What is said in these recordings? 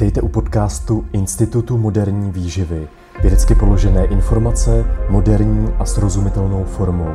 Vítejte u podcastu Institutu moderní výživy. Vědecky položené informace, moderní a srozumitelnou formou.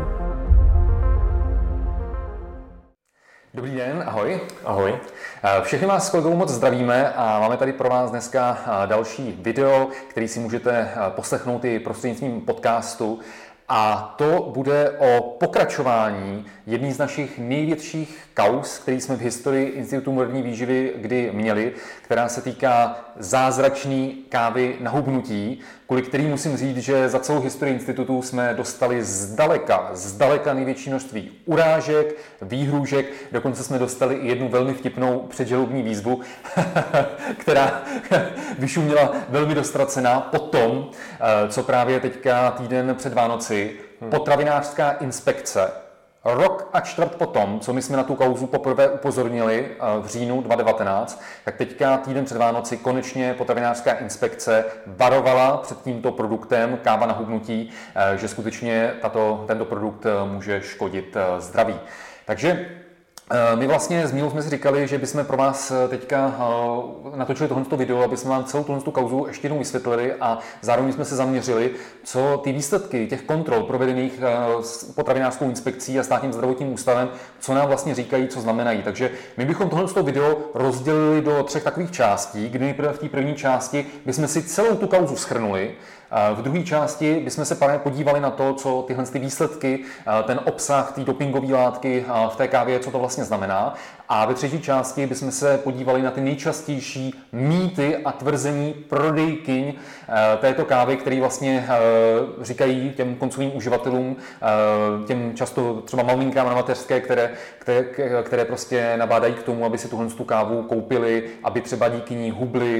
Dobrý den, ahoj. Ahoj. Všechny vás s kolegou moc zdravíme a máme tady pro vás dneska další video, který si můžete poslechnout i prostřednictvím podcastu. A to bude o pokračování jedné z našich největších kauz, který jsme v historii Institutu moderní výživy kdy měli, která se týká zázračné kávy na hubnutí, kvůli který musím říct, že za celou historii institutu jsme dostali zdaleka největší množství urážek, výhrůžek, dokonce jsme dostali i jednu velmi vtipnou předžalobní výzvu, která vyšuměla velmi dostracená po tom, co právě teďka týden před Vánoci potravinářská inspekce rok a čtvrt potom, co my jsme na tu kauzu poprvé upozornili v říjnu 2019, tak teďka týden před Vánoci konečně potravinářská inspekce varovala před tímto produktem káva na hubnutí, že skutečně tento produkt může škodit zdraví. Takže my vlastně s Mílou jsme si říkali, že bychom pro vás teďka natočili tohleto video, aby jsme vám celou tohleto kauzu ještě jednou vysvětlili a zároveň jsme se zaměřili, co ty výsledky těch kontrol provedených potravinářskou inspekcí a státním zdravotním ústavem, co nám vlastně říkají, co znamenají. Takže my bychom tohleto video rozdělili do 3 takových částí, kdy nejprve v té první části bychom si celou tu kauzu shrnuli. V druhé části bychom se podívali na to, co tyhle výsledky, ten obsah té dopingové látky v té kávě, co to vlastně znamená. A ve třetí části bychom se podívali na ty nejčastější mýty a tvrzení prodejkyň této kávy, které vlastně říkají těm koncovým uživatelům, těm často třeba maminkám na mateřské, které prostě nabádají k tomu, aby si tuhle kávu koupili, aby třeba díky ní hubli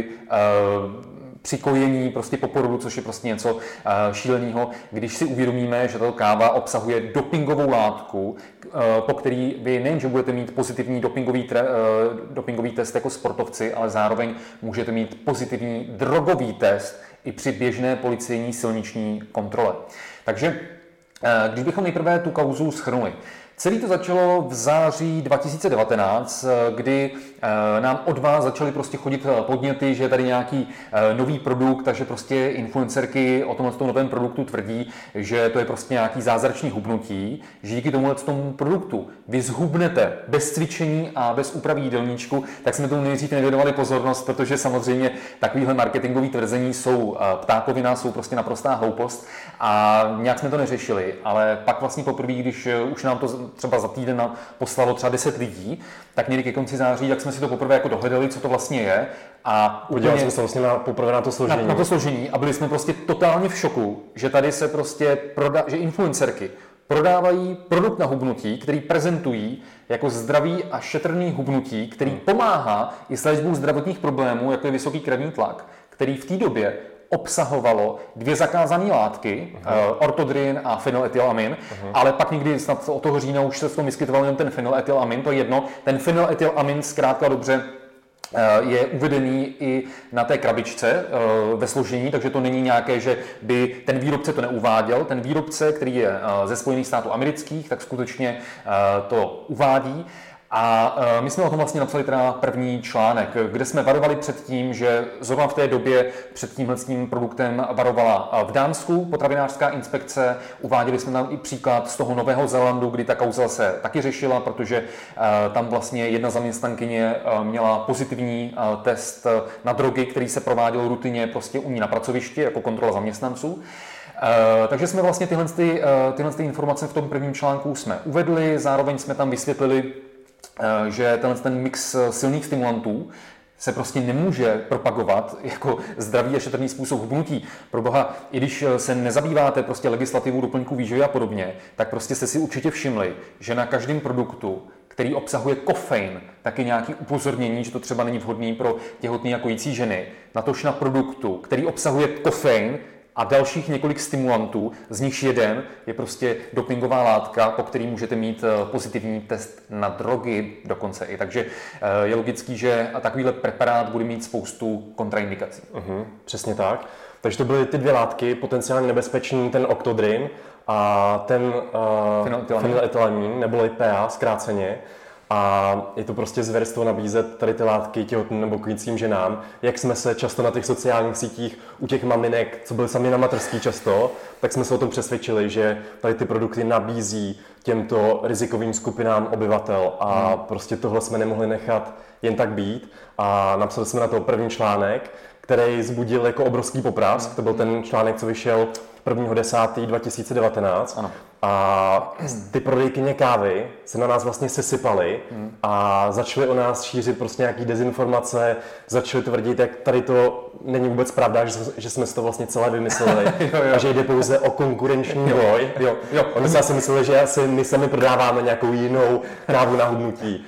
při kojení prostě po porodu, což je prostě něco šíleného, když si uvědomíme, že tato káva obsahuje dopingovou látku, po který vy nejenže budete mít pozitivní dopingový test jako sportovci, ale zároveň můžete mít pozitivní drogový test i při běžné policejní silniční kontrole. Takže když bychom nejprve tu kauzu shrnuli. Celé to začalo v září 2019, kdy nám od vás začaly prostě chodit podněty, že je tady nějaký nový produkt, takže prostě influencerky o tomhle novém produktu tvrdí, že to je prostě nějaký zázračný hubnutí, že díky tomu produktu vy zhubnete bez cvičení a bez úpravy jídelníčku, tak jsme tomu nejdřív nevěnovali pozornost, protože samozřejmě takovýhle marketingový tvrzení jsou ptákovina, jsou prostě naprostá hloupost a nějak jsme to neřešili, ale pak vlastně poprvé, když už nám to třeba za týden poslalo třeba 10 lidí, tak někdy ke konci září, tak jsme si to poprvé jako dohledali, co to vlastně je. A udělali jsme se vlastně poprvé na to složení. Na to složení a byli jsme prostě totálně v šoku, že tady se prostě že influencerky prodávají produkt na hubnutí, který prezentují jako zdravý a šetrný hubnutí, který pomáhá i s léčbou zdravotních problémů, jako je vysoký krevní tlak, který v té době obsahovalo 2 zakázané látky, ortodrin a fenyletylamin, ale pak někdy snad od toho října už se v tom vyskytoval jen ten fenyletylamin, to je jedno. Ten fenyletylamin zkrátka dobře je uvedený i na té krabičce ve složení, takže to není nějaké, že by ten výrobce to neuváděl. Ten výrobce, který je ze Spojených států amerických, tak skutečně to uvádí. A my jsme o tom vlastně napsali teda první článek, kde jsme varovali před tím, že zrovna v té době před tímhletím produktem varovala v Dánsku potravinářská inspekce. Uváděli jsme tam i příklad z toho Nového Zélandu, kdy ta kauza se taky řešila, protože tam vlastně jedna zaměstnankyně měla pozitivní test na drogy, který se prováděl rutině prostě u ní na pracovišti jako kontrola zaměstnanců. Takže jsme vlastně tyhle informace v tom prvním článku jsme uvedli, zároveň jsme tam vysvětlili, že ten mix silných stimulantů se prostě nemůže propagovat jako zdravý a šetrný způsob hubnutí. Proboha, i když se nezabýváte prostě legislativou doplňků výživy a podobně, tak prostě jste si určitě všimli, že na každém produktu, který obsahuje kofein, tak je nějaké upozornění, že to třeba není vhodný pro těhotné a kojící ženy. Natož na produktu, který obsahuje kofein a dalších několik stimulantů, z nichž jeden je prostě dopingová látka, po který můžete mít pozitivní test na drogy dokonce i. Takže je logický, že takovýhle preparát bude mít spoustu kontraindikací. Přesně tak. Takže to byly ty 2 látky, potenciálně nebezpečný, ten Octodrin a ten fenyletylamin, neboli PA zkráceně. A je to prostě zvěrstvo nabízet tady ty látky těhotným nebo kojícím ženám. Jak jsme se často na těch sociálních sítích u těch maminek, co byly sami na mateřský často, tak jsme se o tom přesvědčili, že tady ty produkty nabízí těmto rizikovým skupinám obyvatel a prostě tohle jsme nemohli nechat jen tak být. A napsali jsme na to první článek, který vzbudil jako obrovský poprask. To byl ten článek, co vyšel 1.10.2019. Ano. A ty prodejkyně kávy se na nás vlastně sesypaly a začaly o nás šířit prostě nějaký dezinformace, začaly tvrdit, jak tady to není vůbec pravda, že jsme si to vlastně celé vymysleli a že jde pouze o konkurenční boj. Oni si asi mysleli, že asi my sami prodáváme nějakou jinou kávu na hubnutí.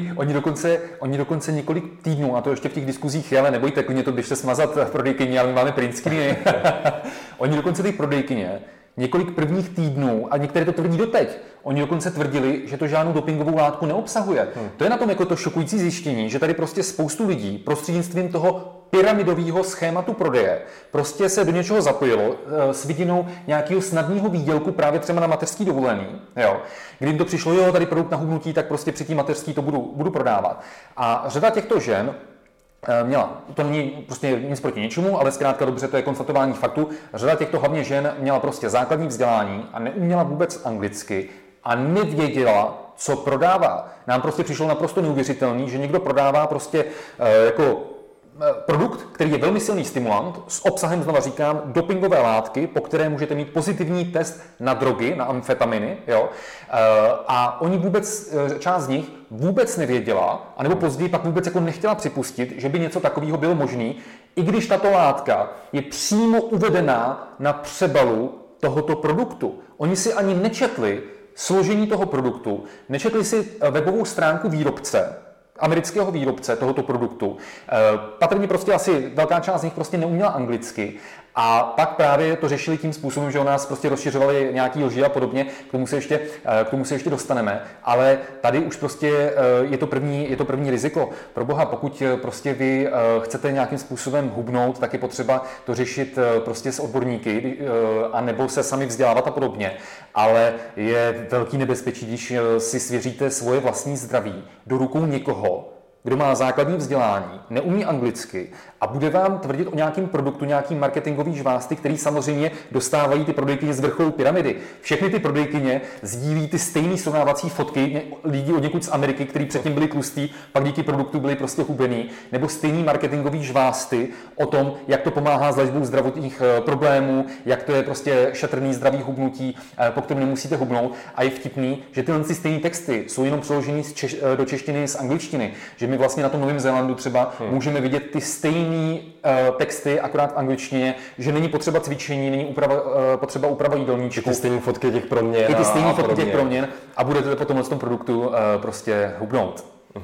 Oni dokonce několik týdnů, a to ještě v těch diskuzích je, ale nebojte, klidně to běžte smazat v prodejkyni, ale my máme print screeny. Oni dokonce ty prodejkyně několik prvních týdnů, a některé to tvrdí doteď, oni dokonce tvrdili, že to žádnou dopingovou látku neobsahuje. To je na tom jako to šokující zjištění, že tady prostě spoustu lidí prostřednictvím toho pyramidového schématu prodeje prostě se do něčeho zapojilo s vidinou nějakého snadného výdělku právě třeba na mateřský dovolený. Jo. Kdy jim to přišlo, jo, tady produkt na hubnutí, tak prostě při té mateřský to budu prodávat. A řada těchto žen měla, to není prostě nic proti ničemu, ale zkrátka dobře, to je konstatování faktu. Řada těchto hlavně žen měla prostě základní vzdělání a neuměla vůbec anglicky a nevěděla, co prodává. Nám prostě přišlo naprosto neuvěřitelný, že někdo prodává prostě jako produkt, který je velmi silný stimulant, s obsahem, znova říkám, dopingové látky, po které můžete mít pozitivní test na drogy, na amfetaminy, jo? A oni vůbec, část z nich vůbec nevěděla, anebo později pak vůbec jako nechtěla připustit, že by něco takového bylo možné, i když tato látka je přímo uvedená na přebalu tohoto produktu. Oni si ani nečetli složení toho produktu, nečetli si webovou stránku výrobce, amerického výrobce tohoto produktu. Patrně prostě asi velká část z nich prostě neuměla anglicky a pak právě to řešili tím způsobem, že o nás prostě rozšiřovali nějaký lži a podobně, k tomu se ještě dostaneme, ale tady už prostě je to první riziko. Pro boha, pokud prostě vy chcete nějakým způsobem hubnout, tak je potřeba to řešit prostě s odborníky a nebo se sami vzdělávat a podobně, ale je velký nebezpečí, když si svěříte svoje vlastní zdraví do rukou někoho, kdo má základní vzdělání, neumí anglicky a bude vám tvrdit o nějakém produktu, nějaký marketingový žvásty, který samozřejmě dostávají ty prodejkyně z vrcholu pyramidy. Všechny ty prodejkyně sdílí ty stejné srovnávací fotky lidí od někud z Ameriky, kteří předtím byli tlustí, pak díky produktu byli prostě hubený, nebo stejný marketingový žvásty o tom, jak to pomáhá s léčbou zdravotních problémů, jak to je prostě šetrný zdravý hubnutí, po kterém nemusíte hubnout. A je vtipný, že tyhle stejné texty jsou jenom přeložený do češtiny z angličtiny, že my vlastně na tom Novém Zélandu třeba můžeme vidět ty stejné texty, akorát v angličtině, že není potřeba cvičení, není potřeba úprava jídelníčku. Ty stejné fotky těch proměn. I ty stejné fotky těch proměn a budete po tomhle produktu prostě hubnout.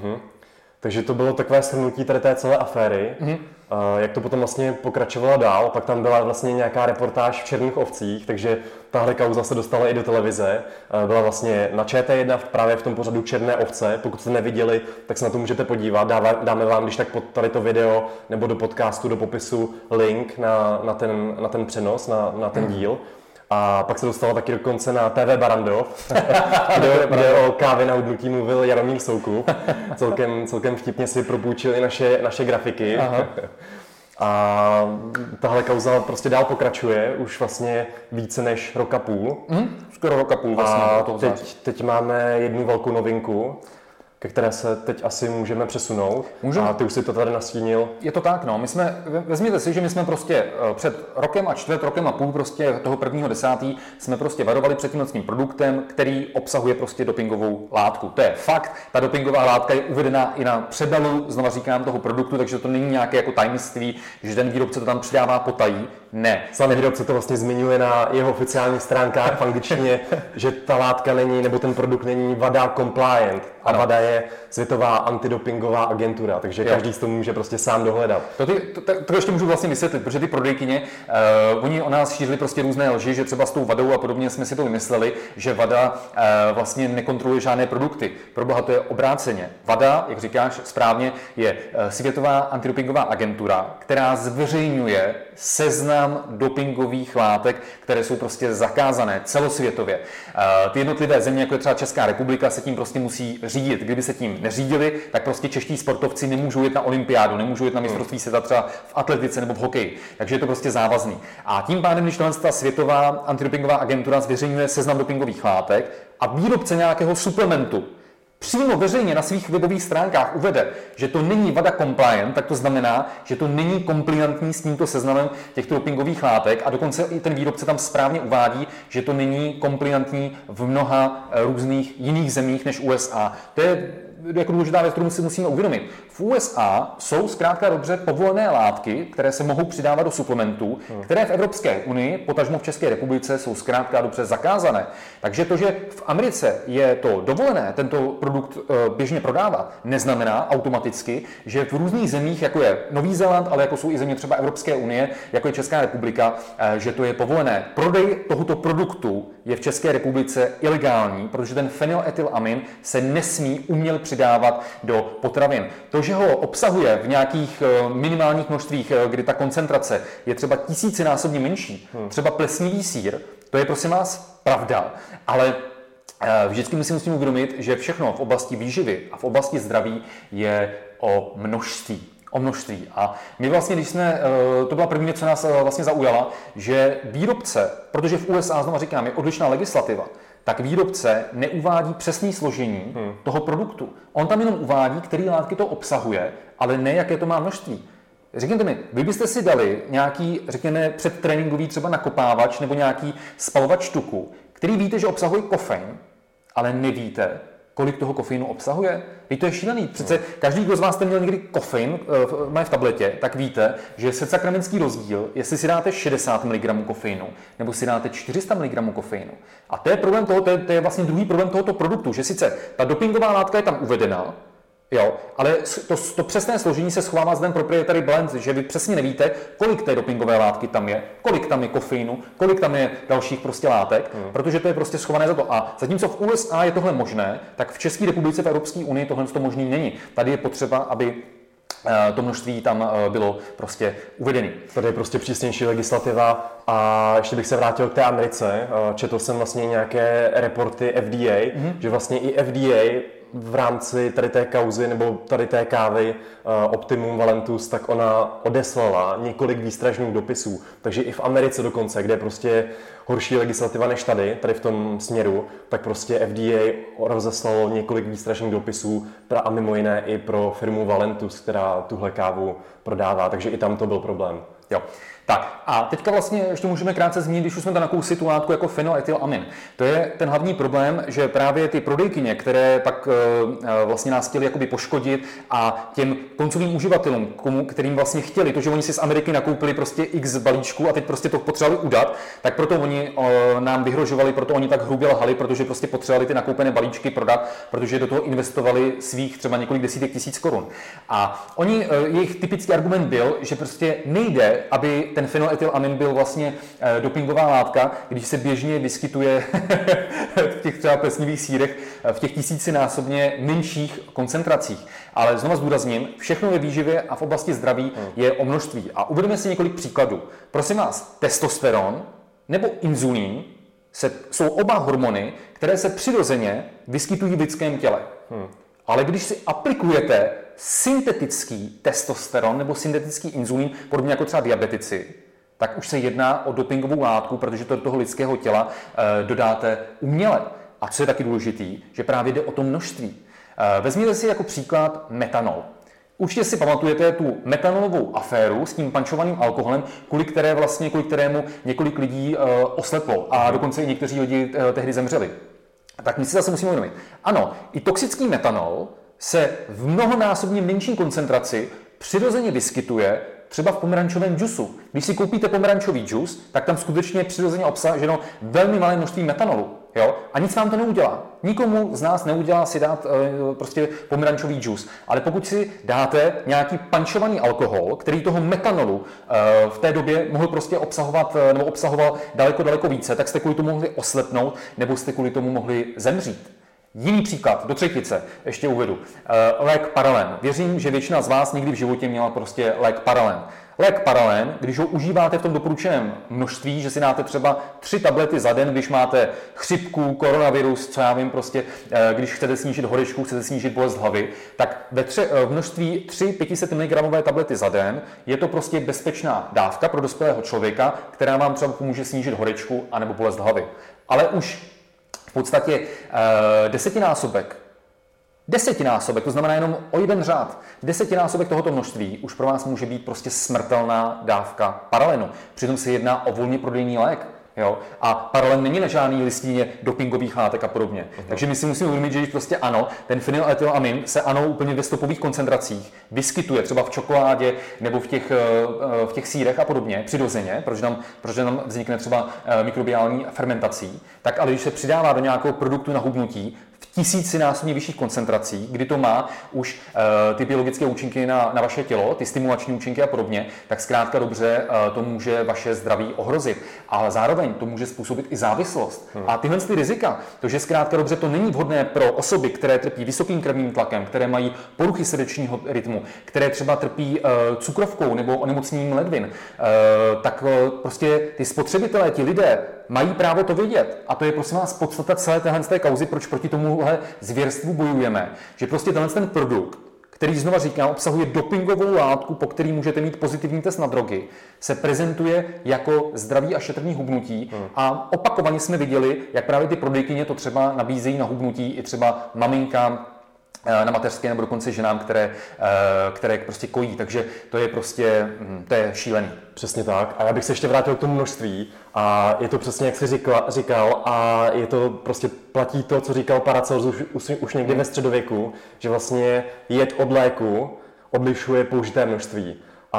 Takže to bylo takové shrnutí tady té celé aféry. Jak to potom vlastně pokračovalo dál, pak tam byla vlastně nějaká reportáž v Černých ovcích, takže tahle kauza se dostala i do televize. Byla vlastně na ČT1 právě v tom pořadu Černé ovce. Pokud jste neviděli, tak se na to můžete podívat. Dáme vám, když tak pod tady to video nebo do podcastu, do popisu link na ten přenos, na ten díl. A pak se dostala taky dokonce na TV Barandov, kde o kávě na hubnutí mluvil Jaromír Soukup. Celkem vtipně si propůjčil i naše grafiky. Aha. A tahle kauza prostě dál pokračuje, už vlastně více než rok a půl. Skoro rok a půl vlastně. A teď máme jednu velkou novinku, ke které se teď asi můžeme přesunout. A ty už si to tady nastínil. Je to tak, no. Vezměte si, že my jsme prostě před rokem a čtvrt rokem a půl prostě toho 1.10. jsme prostě varovali před tím produktem, který obsahuje prostě dopingovou látku. To je fakt. Ta dopingová látka je uvedená i na přebalu, znova říkám, toho produktu, takže to není nějaké jako tajemství, že ten výrobce to tam přidává potají. Ne. Sám výrobce to vlastně zmiňuje na jeho oficiálních stránkách v angličtině, že ta látka není, nebo ten produkt není WADA compliant. A WADA je Světová antidopingová agentura, takže každý si to může prostě sám dohledat. To ještě můžu vlastně vysvětlit, protože ty prodejkyně, oni o nás šířili prostě různé lži, že třeba s tou WADou a podobně jsme si to vymysleli, že WADA vlastně nekontroluje žádné produkty. Pro boha to je obráceně. WADA, jak říkáš správně, je Světová antidopingová agentura, která zveřejňuje seznam seznam dopingových látek, které jsou prostě zakázané celosvětově. Ty jednotlivé země, jako je třeba Česká republika, se tím prostě musí řídit. Kdyby se tím neřídili, tak prostě čeští sportovci nemůžou jít na olympiádu, nemůžou jít na mistrovství světa třeba v atletice nebo v hokeji. Takže je to prostě závazný. A tím pádem, když ta světová antidopingová agentura zveřejňuje seznam dopingových látek a výrobce nějakého suplementu přímo veřejně na svých webových stránkách uvede, že to není WADA compliant, tak to znamená, že to není kompliantní s tímto seznamem těchto dopingových látek a dokonce i ten výrobce tam správně uvádí, že to není kompliantní v mnoha různých jiných zemích než USA. To je jako důležitá věc, kterou si musíme uvědomit. V USA jsou zkrátka dobře povolené látky, které se mohou přidávat do suplementů, které v Evropské unii, potažmo v České republice, jsou zkrátka dobře zakázané. Takže to, že v Americe je to dovolené tento produkt běžně prodávat, neznamená automaticky, že v různých zemích, jako je Nový Zéland, ale jako jsou i země třeba Evropské unie, jako je Česká republika, že to je povolené. Prodej tohoto produktu je v České republice ilegální, protože ten fenyletylamin se nesmí uměle přidávat do potravin. To, že ho obsahuje v nějakých minimálních množstvích, kdy ta koncentrace je třeba tisícinásobně menší, třeba plesnivý sýr, to je prosím vás pravda, ale vždycky si musíme uvědomit, že všechno v oblasti výživy a v oblasti zdraví je o množství. A my vlastně, to byla první věc, co nás vlastně zaujala, že výrobce, protože v USA, znovu říkám, je odlišná legislativa, tak výrobce neuvádí přesné složení toho produktu. On tam jenom uvádí, který látky to obsahuje, ale ne, jaké to má množství. Řekněte mi, vy byste si dali nějaký, řekněme, předtréninkový třeba nakopávač nebo nějaký spalovač tuku, který víte, že obsahuje kofein, ale nevíte, kolik toho kofeinu obsahuje? Víte, to je šílený. Přece každý, kdo z vás jste měl někdy kofein v tabletě, tak víte, že je sakramenský rozdíl, jestli si dáte 60 mg kofeinu nebo si dáte 400 mg kofeinu. A to je problém toho, to je vlastně druhý problém tohoto produktu, že sice ta dopingová látka je tam uvedena, jo, ale to přesné složení se schovává zde proprietary blend, že vy přesně nevíte, kolik té dopingové látky tam je, kolik tam je kofeinu, kolik tam je dalších prostě látek, protože to je prostě schované za to. A zatímco v USA je tohle možné, tak v České republice, v Evropské unii tohle to možný není. Tady je potřeba, aby to množství tam bylo prostě uvedené. Tady je prostě přísnější legislativa a ještě bych se vrátil k té Americe. Četl jsem vlastně nějaké reporty FDA, že vlastně i FDA v rámci tady té kauzy nebo tady té kávy Optimum Valentus, tak ona odeslala několik výstražných dopisů. Takže i v Americe dokonce, kde je prostě horší legislativa než tady v tom směru, tak prostě FDA rozeslalo několik výstražných dopisů a mimo jiné i pro firmu Valentus, která tuhle kávu prodává, takže i tam to byl problém. Jo. Tak a teďka vlastně ještě můžeme krátce zmínit, když už jsme tam nakousli tu látku jako fenyletylamin. To je ten hlavní problém, že právě ty prodejkyně, které pak vlastně nás chtěli jakoby poškodit a těm koncovým uživatelům, kterým vlastně chtěli, to, že oni si z Ameriky nakoupili prostě x balíčků a teď prostě to potřebovali udat, tak proto oni nám vyhrožovali, proto oni tak hrubě lhali, protože prostě potřebovali ty nakoupené balíčky prodat, protože do toho investovali svých třeba několik desítek tisíc korun. A jejich typický argument byl, že prostě nejde, aby ten fenyletylamin byl vlastně dopingová látka, když se běžně vyskytuje v těch třeba plesnivých sýrech v těch tisícinásobně menších koncentracích. Ale znovu zdůrazním, všechno ve výživě a v oblasti zdraví je o množství. A uvedeme si několik příkladů. Prosím vás, testosteron nebo inzulín jsou oba hormony, které se přirozeně vyskytují v lidském těle. Ale když si aplikujete syntetický testosteron nebo syntetický inzulín, podobně jako třeba diabetici, tak už se jedná o dopingovou látku, protože to do toho lidského těla dodáte uměle. A co je taky důležitý, že právě jde o to množství. Vezměte si jako příklad metanol. Určitě si pamatujete tu metanolovou aféru s tím pančovaným alkoholem, kvůli kterému několik lidí osleplo a dokonce i někteří lidi tehdy zemřeli. Tak my si zase musíme uvědomit. Ano, i toxický metanol se v mnohonásobně menší koncentraci přirozeně vyskytuje třeba v pomerančovém džusu. Když si koupíte pomerančový džus, tak tam skutečně je přirozeně obsaženo velmi malé množství metanolu. Jo? A nic vám to neudělá. Nikomu z nás neudělá si dát prostě pomerančový džus. Ale pokud si dáte nějaký pančovaný alkohol, který toho metanolu v té době mohl prostě obsahovat nebo obsahoval daleko více, tak jste kvůli tomu mohli oslepnout nebo jste kvůli tomu mohli zemřít. Jiný příklad, do třetice, ještě uvedu. Lék Paralen. Věřím, že většina z vás někdy v životě měla prostě lék Paralen. Lék Paralen, když ho užíváte v tom doporučeném množství, že si dáte třeba 3 tablety za den, když máte chřipku, koronavirus, co já vím prostě, když chcete snížit horečku, chcete snížit bolest hlavy, tak v množství 3 500 mg tablety za den je to prostě bezpečná dávka pro dospělého člověka, která vám třeba pomůže snížit horečku anebo bolest hlavy. Ale už v podstatě desetinásobek, to znamená jenom o jeden řád, desetinásobek tohoto množství už pro vás může být prostě smrtelná dávka Paralenu. Přitom se jedná o volně prodejný lék. Jo? A Paralen není na žádný listině dopingových látek a podobně. Takže my si musíme uvědomit, že prostě ano, ten fenyletylamin se ano úplně ve stopových koncentracích vyskytuje třeba v čokoládě nebo v těch sýrech a podobně přirozeně, protože tam vznikne třeba mikrobiální fermentací, tak ale když se přidává do nějakého produktu na hubnutí v tisícinásobně vyšších koncentracích, kdy to má už ty biologické účinky na vaše tělo, ty stimulační účinky a podobně, tak zkrátka dobře to může vaše zdraví ohrozit. Ale zároveň to může způsobit i závislost. A tyhle ty rizika, to, že zkrátka dobře to není vhodné pro osoby, které trpí vysokým krevním tlakem, které mají poruchy srdečního rytmu, které třeba trpí cukrovkou nebo onemocněním ledvin, tak prostě ty spotřebitelé, ti lidé, mají právo to vědět. A to je prosím vás podstata celé téhle kauzy, proč proti tomuhle zvěrstvu bojujeme. Že prostě ten produkt, který znova říkám, obsahuje dopingovou látku, po který můžete mít pozitivní test na drogy, se prezentuje jako zdravý a šetrný hubnutí. A opakovaně jsme viděli, jak právě ty prodejkyně to třeba nabízejí na hubnutí i třeba maminkám na mateřské nebo dokonce ženám, které prostě kojí. Takže to je prostě, to je šílený. Přesně tak. A já bych se ještě vrátil k tomu množství. A je to přesně, jak jsi říkal, a je to prostě platí to, co říkal Paracelsus už někdy ve středověku, že vlastně jed od léku odlišuje použité množství.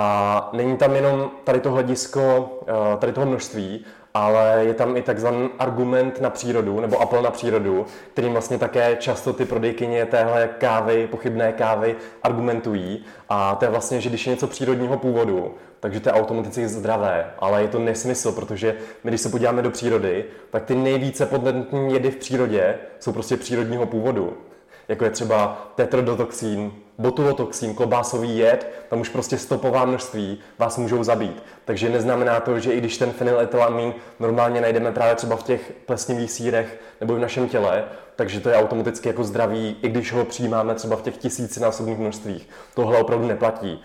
A není tam jenom tady to hledisko, tady toho množství, ale je tam i takzvaný argument na přírodu, nebo apel na přírodu, kterým vlastně také často ty prodejkyně téhle kávy, pochybné kávy, argumentují. A to je vlastně, že když je něco přírodního původu, takže to je automaticky zdravé, ale je to nesmysl, protože my, když se podíváme do přírody, tak ty nejvíce potentní jedy v přírodě jsou prostě přírodního původu. Jako je třeba tetrodotoxín, botulotoxín, klobásový jed, tam už prostě stopová množství vás můžou zabít. Takže neznamená to, že i když ten fenyletylamin normálně najdeme právě třeba v těch plesnivých sýrech nebo v našem těle, takže to je automaticky jako zdravý, i když ho přijímáme třeba v těch tisícinásobných množstvích. Tohle opravdu neplatí.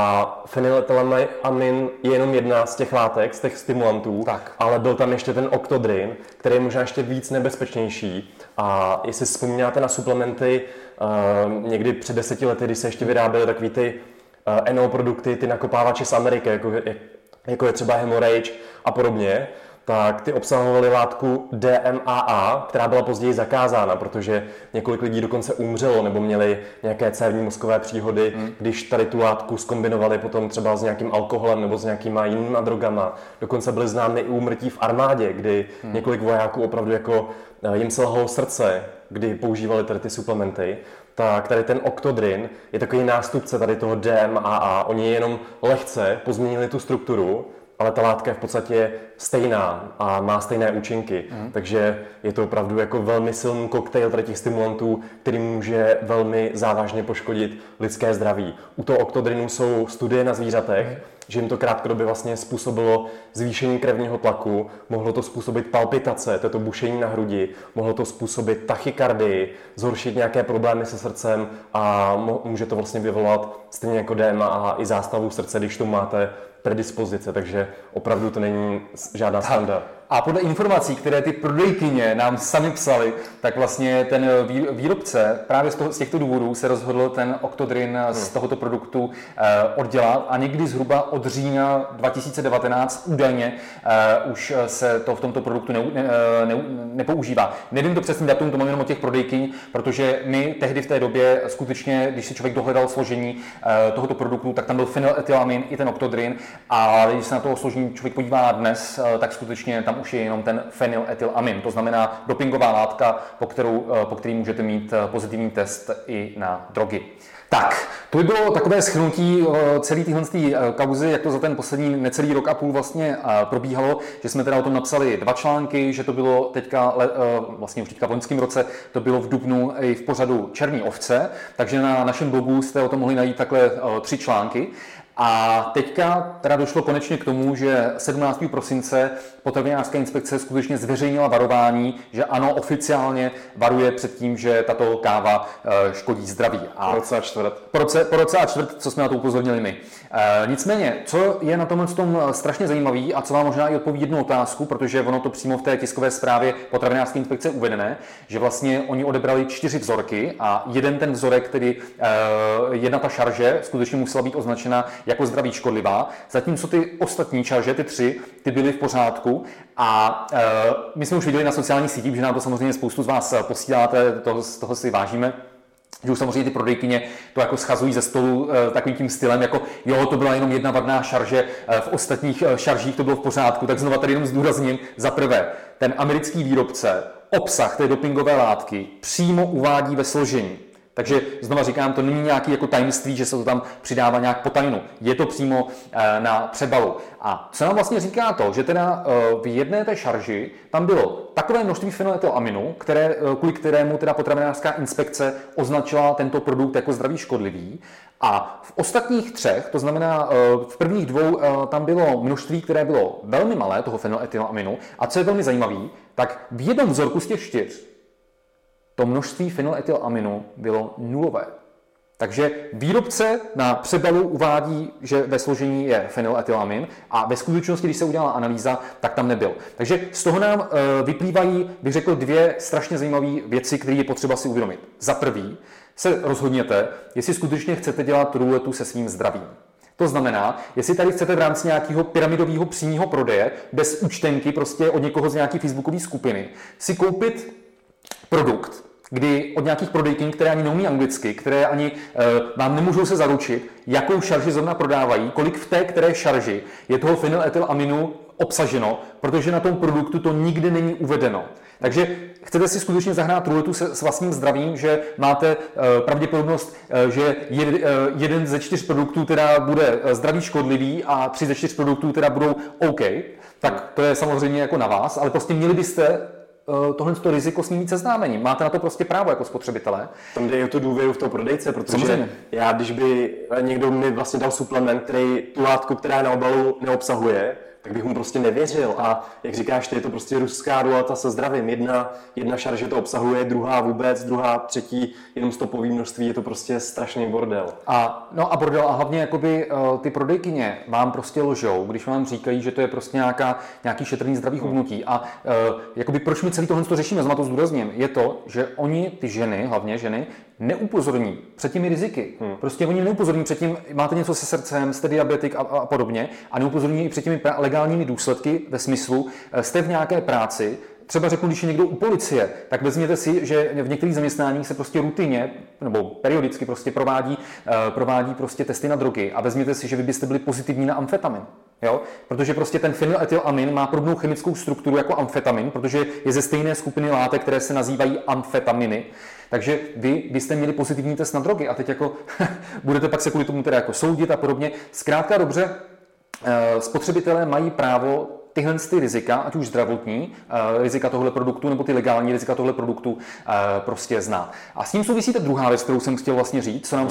A fenyletylamin je jenom jedna z těch látek, z těch stimulantů, ale byl tam ještě ten Octodrin, který je možná ještě víc nebezpečnější. A jestli si vzpomínáte na suplementy, někdy před 10 lety, když se ještě vyráběly takový ty NO produkty, ty nakopávače z Ameriky, jako je třeba Hemorrhage a podobně, tak ty obsahovaly látku DMAA, která byla později zakázána, protože několik lidí dokonce umřelo nebo měli nějaké cévní mozkové příhody, když tady tu látku zkombinovali potom třeba s nějakým alkoholem nebo s nějakýma jinýma drogama. Dokonce byly známy i úmrtí v armádě, kdy několik vojáků opravdu jako jim selhalo srdce, kdy používali tady ty suplementy. Tak tady ten Octodrin je takový nástupce tady toho DMAA. Oni jenom lehce pozměnili tu strukturu, ale ta látka je v podstatě stejná a má stejné účinky. Takže je to opravdu jako velmi silný koktejl tady těch stimulantů, který může velmi závažně poškodit lidské zdraví. U toho Octodrinu jsou studie na zvířatech, že jim to krátkodobě vlastně způsobilo zvýšení krevního tlaku, mohlo to způsobit palpitace, to bušení na hrudi, mohlo to způsobit tachykardii, zhoršit nějaké problémy se srdcem a může to vlastně vyvolat stejně jako DMAA i zástavu srdce, když to máte predispozice, takže opravdu to není žádná sranda. A podle informací, které ty prodejkyně nám sami psali, tak vlastně ten výrobce právě z těchto důvodů se rozhodl ten Octodrin z tohoto produktu oddělat a někdy zhruba od října 2019 údajně už se to v tomto produktu nepoužívá. Nevím to přesný datum, to mám jenom od těch prodejkyň, protože my tehdy v té době skutečně, když si člověk dohledal složení tohoto produktu, tak tam byl fenyletylamin i ten Octodrin, a když se na to složení člověk podívá dnes, tak skutečně tam už je jenom ten fenyletylamin. To znamená dopingová látka, po který můžete mít pozitivní test i na drogy. Tak, to by bylo takové shrnutí celé téhle kauzy, jak to za ten poslední necelý rok a půl vlastně probíhalo, že jsme teda o tom napsali 2 články, že to bylo teďka, vlastně už teďka v loňském roce, to bylo v dubnu i v pořadu Černý ovce, takže na našem blogu jste o tom mohli najít takhle 3 články. A teďka teda došlo konečně k tomu, že 17. prosince potravinářská inspekce skutečně zveřejnila varování, že ano, oficiálně varuje před tím, že tato káva škodí zdraví. Po roce a čtvrt. Po roce a čtvrt, co jsme na to upozornili my. Nicméně, co je na tomhle tom strašně zajímavý a co vám možná i odpoví jednu otázku, protože ono to přímo v té tiskové zprávě potravinářské inspekce uvedené, že vlastně oni odebrali 4 vzorky a jeden ten vzorek, tedy jedna ta šarže, skutečně musela být označena jako zdraví škodlivá, zatímco ty ostatní šarže, ty 3, ty byly v pořádku a my jsme už viděli na sociálních sítích, že nám to samozřejmě spoustu z vás posíláte, toho si vážíme, že už samozřejmě ty prodejkyně to jako schazují ze stolu takovým tím stylem, jako jo, to byla jenom jedna vadná šarže, v ostatních šaržích to bylo v pořádku, tak znova tady jenom zdůrazním, za prvé, ten americký výrobce obsah té dopingové látky přímo uvádí ve složení. Takže znova říkám, to není nějaký jako tajemství, že se to tam přidává nějak po tajnu. Je to přímo na přebalu. A co nám vlastně říká to, že teda v jedné té šarži tam bylo takové množství fenyletylaminu, kvůli kterému teda potravinářská inspekce označila tento produkt jako zdraví škodlivý. A v ostatních 3, to znamená v prvních 2, tam bylo množství, které bylo velmi malé, toho fenyletylaminu. A co je velmi zajímavé, tak v jednom vzorku z těch 4 to množství fenyletylaminu bylo nulové. Takže výrobce na přebalu uvádí, že ve složení je fenyletylamin a ve skutečnosti, když se udělala analýza, tak tam nebyl. Takže z toho nám vyplývají, bych řekl, 2 strašně zajímavé věci, které je potřeba si uvědomit. Za prvý se rozhodněte, jestli skutečně chcete dělat ruletu se svým zdravím. To znamená, jestli tady chcete v rámci nějakého pyramidového přímého prodeje, bez účtenky, prostě od někoho z nějaké facebookové skupiny, si koupit produkt, kdy od nějakých prodejkyň, které ani neumí anglicky, které ani vám nemůžou se zaručit, jakou šarži zrovna prodávají, kolik v té které šarži je toho fenyletylaminu obsaženo, protože na tom produktu to nikdy není uvedeno. Takže chcete si skutečně zahrát ruletu s vlastním zdravím, že máte pravděpodobnost, že 1 ze 4 produktů teda bude zdraví škodlivý a 3 ze 4 produktů teda budou OK, tak to je samozřejmě jako na vás, ale prostě měli byste tohle riziko s ním mít seznámení. Máte na to prostě právo jako spotřebitelé. Tam jde i o tu důvěru v toho prodejce, protože samozřejmě. Já, když by někdo mi vlastně dal suplement, který tu látku, která na obalu neobsahuje, tak bych mu prostě nevěřil. A jak říkáš, to je to prostě ruská ruleta se zdravím. Jedna šarže to obsahuje, druhá vůbec, druhá, třetí, jenom stopový množství, je to prostě strašný bordel. A bordel a hlavně jakoby ty prodejkyně vám prostě lžou, když vám říkají, že to je prostě nějaký šetrný zdravý hubnutí. A jakoby proč my celý tohle řešíme, znamená to zdůrazním, je to, že oni, ty ženy, hlavně ženy, neupozorní před těmi riziky. Prostě oni neupozorní před tím, máte něco se srdcem, jste diabetik a podobně, a neupozorní i před těmi legálními důsledky ve smyslu, jste v nějaké práci, třeba řeknu, když je někdo u policie, tak vezměte si, že v některých zaměstnáních se prostě rutině nebo periodicky prostě provádí prostě testy na drogy a vezměte si, že vy byste byli pozitivní na amfetamin. Jo? Protože prostě ten fenyletylamin má podobnou chemickou strukturu jako amfetamin, protože je ze stejné skupiny látek, které se nazývají amfetaminy. Takže vy byste měli pozitivní test na drogy a teď jako budete pak se kvůli tomu teda jako soudit a podobně. Zkrátka dobře, spotřebitelé mají právo tyhle rizika, ať už zdravotní rizika tohle produktu, nebo ty legální rizika tohle produktu prostě znát. A s tím souvisí ta druhá věc, kterou jsem chtěl vlastně říct, co nám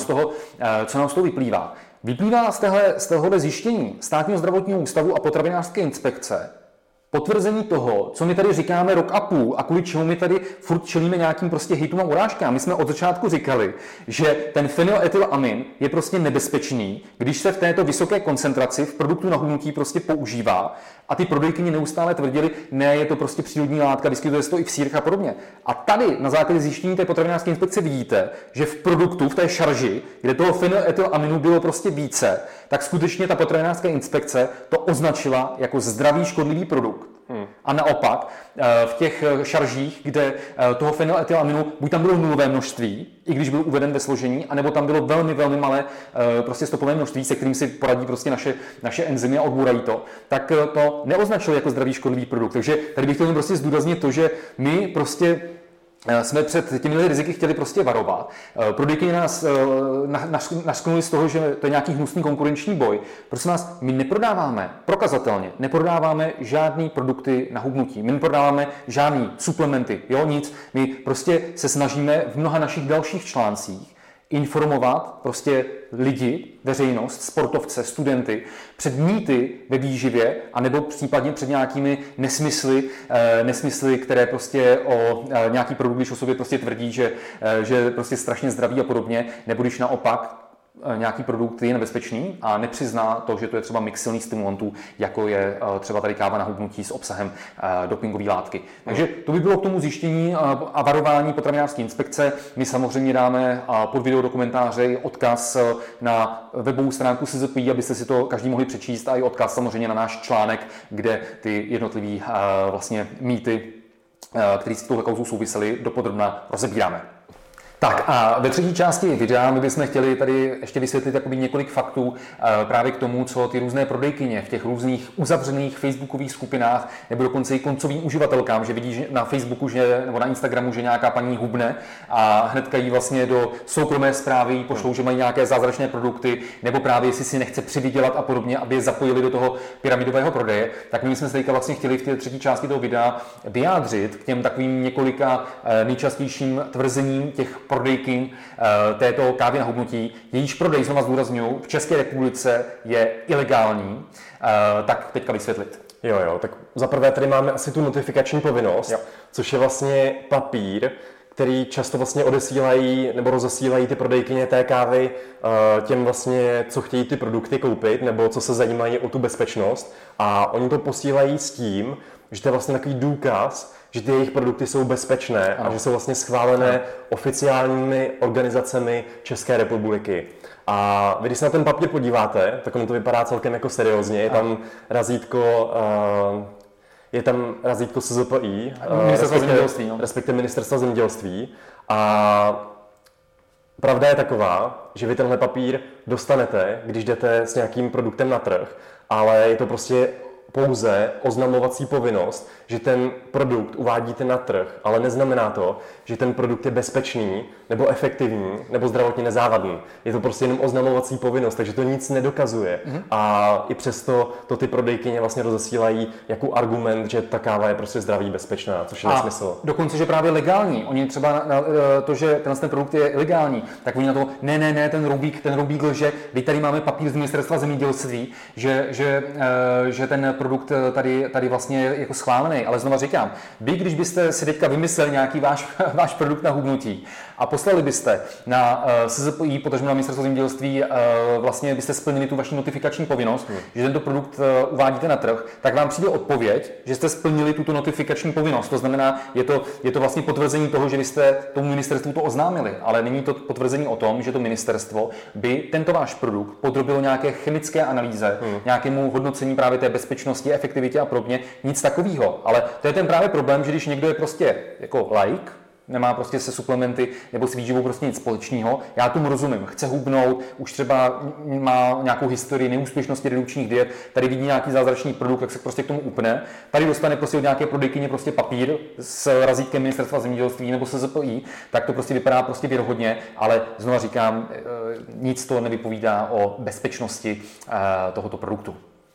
z toho vyplývá. Vyplývá z tohohle zjištění Státního zdravotního ústavu a potravinářské inspekce potvrzení toho, co my tady říkáme rok a půl a kvůli čemu my tady furt čelíme nějakým prostě hejtům a urážkám. My jsme od začátku říkali, že ten fenyletylamin je prostě nebezpečný, když se v této vysoké koncentraci v produktu na hubnutí prostě používá a ty prodejkyně neustále tvrdili, ne, je to prostě přírodní látka, vyskytuje se to i v sýrech a podobně. A tady na základě zjištění té potravinářské inspekce vidíte, že v produktu, v té šarži, kde toho fenyletylaminu bylo prostě více, tak skutečně ta potravinářská inspekce to označila jako zdravý škodlivý produkt. A naopak v těch šaržích, kde toho fenyletylaminu buď tam bylo nulové množství, i když byl uveden ve složení, anebo tam bylo velmi, velmi malé prostě stopové množství, se kterým si poradí prostě naše enzymy a odbourají to, tak to neoznačili jako zdravý škodlivý produkt. Takže tady bych chtěl prostě zdůraznit to, že my prostě jsme před těmi riziky chtěli prostě varovat. Prodejkyně nás nasknuli z toho, že to je nějaký hnusný konkurenční boj. Prosím vás, my neprodáváme, prokazatelně, neprodáváme žádný produkty na hubnutí. My neprodáváme žádný suplementy, jo, nic. My prostě se snažíme v mnoha našich dalších článcích informovat prostě lidi, veřejnost, sportovce, studenty před mýty ve výživě, anebo případně před nějakými nesmysly, které prostě o nějaký produkt, když o sobě prostě tvrdí, že je prostě strašně zdravý a podobně, nebo když naopak nějaký produkt je nebezpečný a nepřizná to, že to je třeba mix silných stimulantů, jako je třeba tady káva na hubnutí s obsahem dopingové látky. Takže to by bylo k tomu zjištění a varování potravinářské inspekce. My samozřejmě dáme pod video do komentáře odkaz na webovou stránku SZPI, abyste si to každý mohli přečíst, a i odkaz samozřejmě na náš článek, kde ty jednotlivý vlastně mýty, které s touhle kauzou souvisely, dopodrobna rozebíráme. Tak a ve třetí části videa my bychom chtěli tady ještě vysvětlit několik faktů právě k tomu, co ty různé prodejkyně v těch různých uzavřených facebookových skupinách nebo dokonce i koncovým uživatelkám, že vidí na Facebooku nebo na Instagramu, že nějaká paní hubne a hnedka jí vlastně do soukromé zprávy pošlou, že mají nějaké zázračné produkty, nebo právě jestli si nechce přivydělat a podobně, aby je zapojili do toho pyramidového prodeje. Tak my jsme se teďka vlastně chtěli v té třetí části toho videa vyjádřit k těm takovým několika nejčastějším tvrzením těch prodejkyň této kávy na hubnutí. Jejíž prodej, znovu zdůrazňuji, v České republice je ilegální. Tak teďka vysvětlit. Jo, tak za prvé tady máme asi tu notifikační povinnost, což je vlastně papír, který často vlastně odesílají nebo rozesílají ty prodejkyně té kávy těm vlastně, co chtějí ty produkty koupit nebo co se zajímají o tu bezpečnost. A oni to posílají s tím, že to je vlastně takový důkaz, že ty jejich produkty jsou bezpečné a že jsou vlastně schválené oficiálními organizacemi České republiky. A vy, když se na ten papír podíváte, tak ono to vypadá celkem jako seriózně. Je tam razítko SZPI, respektive Ministerstva zemědělství. A pravda je taková, že vy tenhle papír dostanete, když jdete s nějakým produktem na trh, ale je to prostě pouze oznamovací povinnost, že ten produkt uvádíte na trh, ale neznamená to, že ten produkt je bezpečný, nebo efektivní, nebo zdravotně nezávadný. Je to prostě jenom oznamovací povinnost, takže to nic nedokazuje. A i přesto to ty prodejkyně vlastně rozesílají jako argument, že ta káva je prostě zdraví, bezpečná, což je nesmysl. Dokonce, že právě legální. Oni třeba na to, že ten produkt je legální, tak oni na to, ne, ten Roubík lže, teď tady máme papír z Ministerstva zemědělství, že ten produkt tady vlastně je jako schválený, ale znova říkám, vy, když byste si teďka vymysleli nějaký váš produkt na hubnutí a poslali byste na SZPI, potažmo na Ministerstvo zemědělství, vlastně byste splnili tu vaši notifikační povinnost, že tento produkt uvádíte na trh, tak vám přijde odpověď, že jste splnili tuto notifikační povinnost. To znamená, je to vlastně potvrzení toho, že vy jste tomu ministerstvu to oznámili, ale není to potvrzení o tom, že to ministerstvo by tento váš produkt podrobilo nějaké chemické analýze, nějakému hodnocení právě té bezpečnosti, efektivitě a podobně, nic takového. Ale to je ten právě problém, že když někdo je prostě jako laik, nemá prostě se suplementy nebo s výživou prostě nic společného. Já tomu rozumím, chce hubnout, už třeba má nějakou historii neúspěšnosti redukčních diet, tady vidí nějaký zázračný produkt, tak se prostě k tomu upne. Tady dostane prostě od nějaké prodejkyně prostě papír s razítkem Ministerstva zemědělství nebo SZPI, tak to prostě vypadá prostě věrohodně, ale znova říkám, nic to nevypovídá o bezpečnosti tohoto produktu.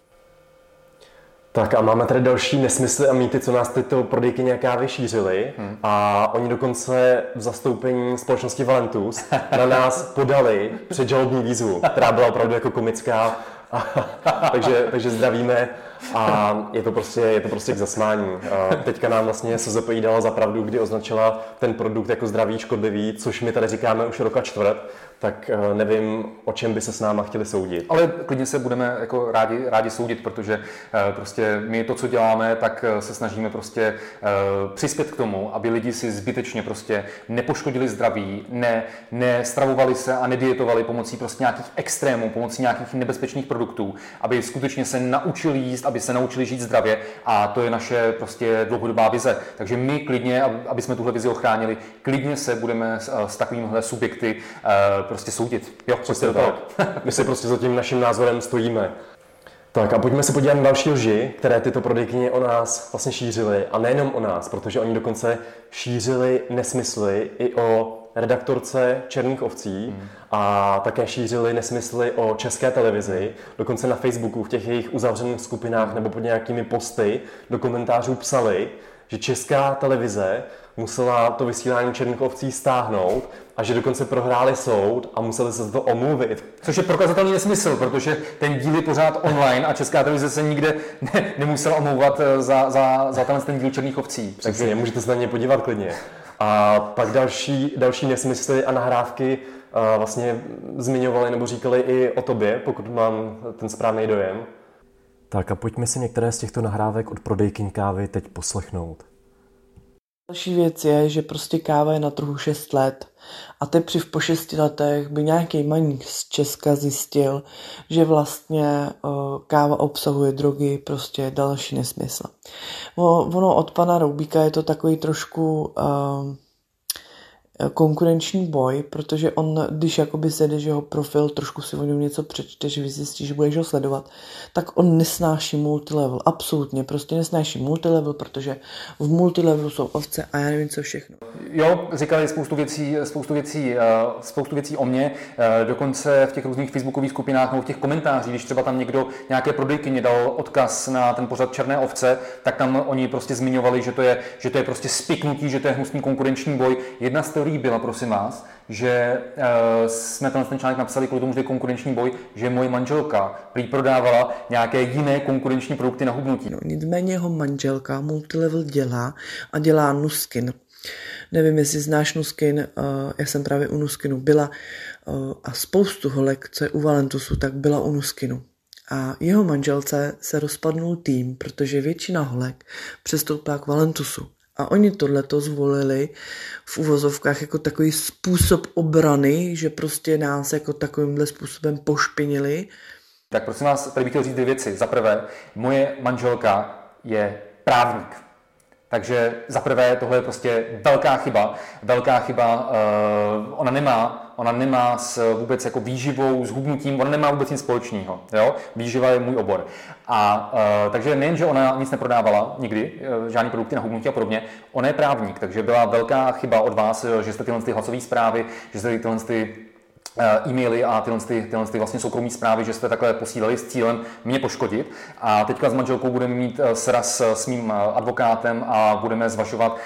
Tak a máme tady další nesmysly a mýty, co nás tyto prodejkyně kávy šířily. A oni dokonce v zastoupení společnosti Valentus na nás podali předžalobní výzvu, která byla opravdu jako komická. takže zdravíme a je to prostě k zasmání. Teďka nám vlastně SZPI dala za pravdu, kdy označila ten produkt jako zdravý, škodlivý, což my tady říkáme už roka čtvrt, tak nevím, o čem by se s náma chtěli soudit. Ale klidně se budeme jako rádi soudit, protože prostě my to, co děláme, tak se snažíme prostě přispět k tomu, aby lidi si zbytečně prostě nepoškodili zdraví, nestravovali se a nedietovali pomocí prostě nějakých extrémů, pomocí nějakých nebezpečných produktů, aby skutečně se naučili jíst, aby se naučili žít zdravě, a to je naše prostě dlouhodobá vize. Takže my klidně, aby jsme tuhle vizi ochránili, klidně se budeme s takovýmhle subjekty prostě soudit. Jo, přesně tak. My si prostě za tím naším názorem stojíme. Tak a pojďme se podívat na další lži, které tyto prodejkyně o nás vlastně šířily. A nejenom o nás, protože oni dokonce šířili nesmysly i o redaktorce Černých ovcí a také šířili nesmysly o České televizi. Dokonce na Facebooku v těch jejich uzavřených skupinách nebo pod nějakými posty do komentářů psali, že Česká televize musela to vysílání Černých ovcí stáhnout a že dokonce prohráli soud a museli se za to omluvit. Což je prokazatelný nesmysl, protože ten díl je pořád online a Česká televize se nikde nemusela omlouvat za ten díl Černých ovcí. Takže můžete se na ně podívat klidně. A pak další nesmysly a nahrávky vlastně zmiňovali nebo říkali i o tobě, pokud mám ten správný dojem. Tak a pojďme si některé z těchto nahrávek od prodejkyň kávy teď poslechnout. Další věc je, že prostě káva je na trhu 6 let a teprve po 6 letech by nějaký maník z Česka zjistil, že vlastně káva obsahuje drogy, prostě další nesmysl. Ono od pana Roubíka je to takový trošku konkurenční boj, protože on, když jakoby sedeš jeho profil, trošku si o něm něco přečteš, zjistíš, že budeš ho sledovat, tak on nesnáší multilevel, absolutně, prostě nesnáší multilevel, protože v multilevelu jsou ovce a já nevím co všechno. Jo, říkali spoustu věcí o mně, dokonce v těch různých facebookových skupinách nebo v těch komentářích, když třeba tam někdo nějaké prodejkyně dal odkaz na ten pořad Černé ovce, tak tam oni prostě zmiňovali, že to je prostě spiknutí, že to je hnusný konkurenční boj. Jedna z teorií byla, prosím vás, že jsme ten článek napsali kvůli tomu, že je konkurenční boj, že moje manželka prý prodávala nějaké jiné konkurenční produkty na hubnutí. No, nicméně jeho manželka multilevel dělá a dělá Nuskin. Nevím, jestli znáš Nuskin, já jsem právě u Nuskinu byla a spoustu holek, co je u Valentusu, tak byla u Nuskinu. A jeho manželce se rozpadnul tým, protože většina holek přestoupila k Valentusu. A oni tohleto zvolili v uvozovkách jako takový způsob obrany, že prostě nás jako takovýmhle způsobem pošpinili. Tak prosím vás, tady bych chtěl říct dvě věci. Za prvé, moje manželka je právník. Takže za prvé, tohle je prostě velká chyba. Ona nemá vůbec jako výživou, s hubnutím, ona nemá vůbec nic společného. Jo? Výživa je můj obor. A takže nejen, že ona nic neprodávala nikdy, žádný produkty na hubnutí a podobně, ona je právník, takže byla velká chyba od vás, že jste tyhle hlasové zprávy, že jste tyhle e-maily a tyhle vlastně soukromí zprávy, že jste takhle posílali s cílem mě poškodit. A teďka s manželkou budeme mít sraz s mým advokátem a budeme zvažovat